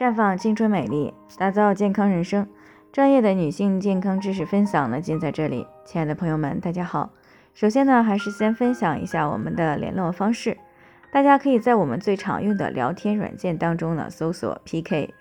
绽放青春美丽，打造健康人生。专业的女性健康知识分享呢，尽在这里。亲爱的朋友们，大家好。首先呢，还是先分享一下我们的联络方式。大家可以在我们最常用的聊天软件当中呢，搜索 PK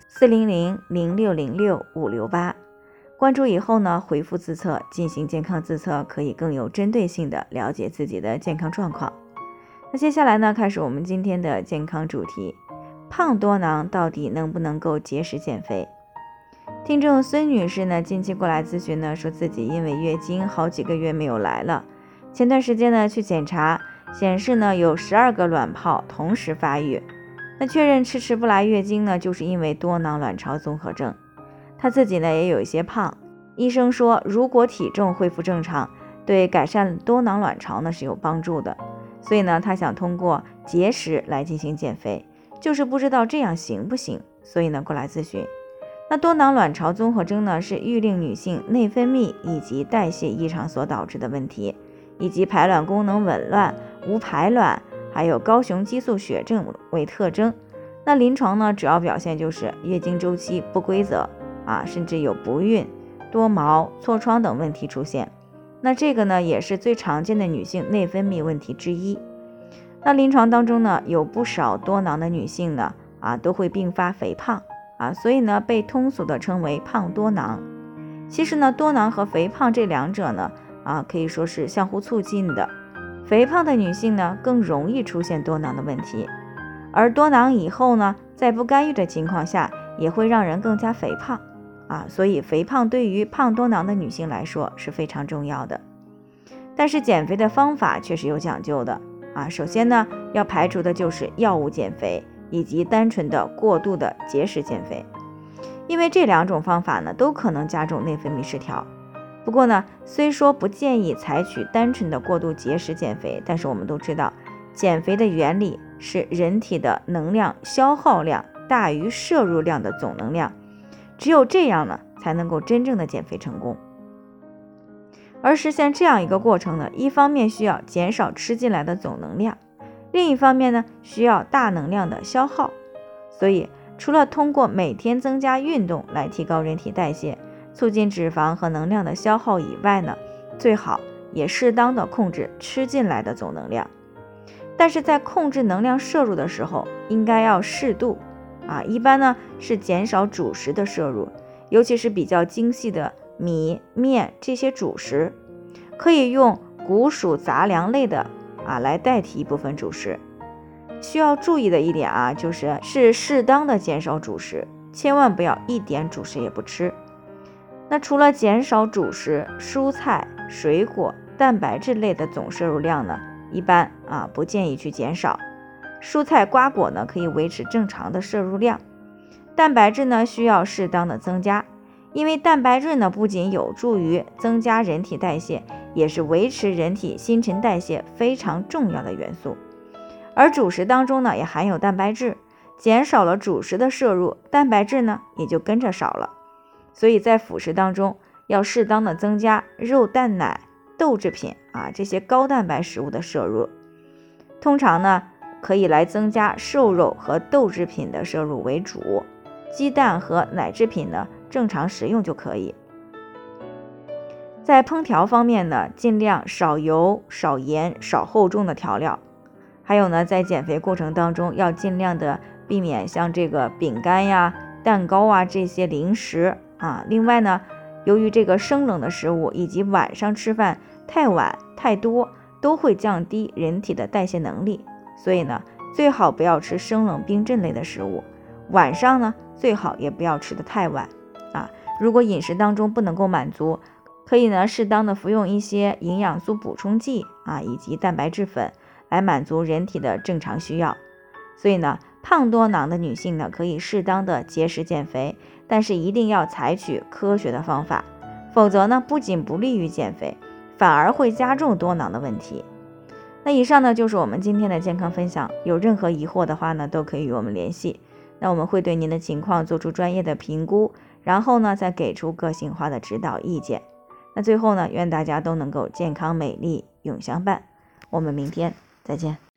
400-0606-568，关注以后呢，回复自测进行健康自测，可以更有针对性的了解自己的健康状况。那接下来呢，开始我们今天的健康主题。胖多囊到底能不能够节食减肥？听众孙女士呢，近期过来咨询呢，说自己因为月经好几个月没有来了，前段时间呢去检查，显示呢有12个卵泡同时发育，那确认迟迟不来月经呢，就是因为多囊卵巢综合症。她自己呢也有一些胖，医生说如果体重恢复正常，对改善多囊卵巢呢是有帮助的，所以呢她想通过节食来进行减肥。就是不知道这样行不行，所以呢过来咨询。那多囊卵巢综合征呢是育龄女性内分泌以及代谢异常所导致的问题，以及排卵功能紊乱、无排卵，还有高雄激素血症为特征。那临床呢主要表现就是月经周期不规则甚至有不孕、多毛、痤疮等问题出现。那这个呢也是最常见的女性内分泌问题之一。那临床当中呢，有不少多囊的女性呢，都会并发肥胖所以呢，被通俗的称为胖多囊。其实呢，多囊和肥胖这两者呢，可以说是相互促进的。肥胖的女性呢，更容易出现多囊的问题，而多囊以后呢，在不干预的情况下，也会让人更加肥胖所以肥胖对于胖多囊的女性来说是非常重要的。但是减肥的方法却是有讲究的。首先呢，要排除的就是药物减肥以及单纯的过度的节食减肥，因为这两种方法呢都可能加重内分泌失调。不过呢，虽说不建议采取单纯的过度节食减肥，但是我们都知道，减肥的原理是人体的能量消耗量大于摄入量的总能量，只有这样呢，才能够真正的减肥成功。而实现这样一个过程呢，一方面需要减少吃进来的总能量，另一方面呢，需要大能量的消耗。所以除了通过每天增加运动来提高人体代谢，促进脂肪和能量的消耗以外呢，最好也适当的控制吃进来的总能量。但是在控制能量摄入的时候，应该要适度一般呢是减少主食的摄入，尤其是比较精细的米、面这些主食，可以用谷薯杂粮类的来代替一部分主食。需要注意的一点就是适当的减少主食，千万不要一点主食也不吃。那除了减少主食，蔬菜、水果、蛋白质类的总摄入量呢，一般不建议去减少。蔬菜瓜果呢可以维持正常的摄入量，蛋白质呢需要适当的增加。因为蛋白质呢不仅有助于增加人体代谢，也是维持人体新陈代谢非常重要的元素。而主食当中呢也含有蛋白质，减少了主食的摄入，蛋白质呢也就跟着少了。所以在辅食当中要适当的增加肉蛋奶、豆制品这些高蛋白食物的摄入。通常呢可以来增加瘦肉和豆制品的摄入为主，鸡蛋和奶制品呢正常食用就可以。在烹调方面呢，尽量少油、少盐、少厚重的调料。还有呢，在减肥过程当中要尽量的避免像这个饼干呀、蛋糕这些零食另外呢，由于这个生冷的食物以及晚上吃饭太晚太多，都会降低人体的代谢能力，所以呢，最好不要吃生冷冰镇类的食物。晚上呢，最好也不要吃得太晚如果饮食当中不能够满足，可以呢适当的服用一些营养素补充剂以及蛋白质粉来满足人体的正常需要。所以呢，胖多囊的女性呢可以适当的节食减肥，但是一定要采取科学的方法，否则呢不仅不利于减肥，反而会加重多囊的问题。那以上呢就是我们今天的健康分享，有任何疑惑的话呢都可以与我们联系，那我们会对您的情况做出专业的评估，然后呢再给出个性化的指导意见。那最后呢，愿大家都能够健康美丽永相伴。我们明天再见。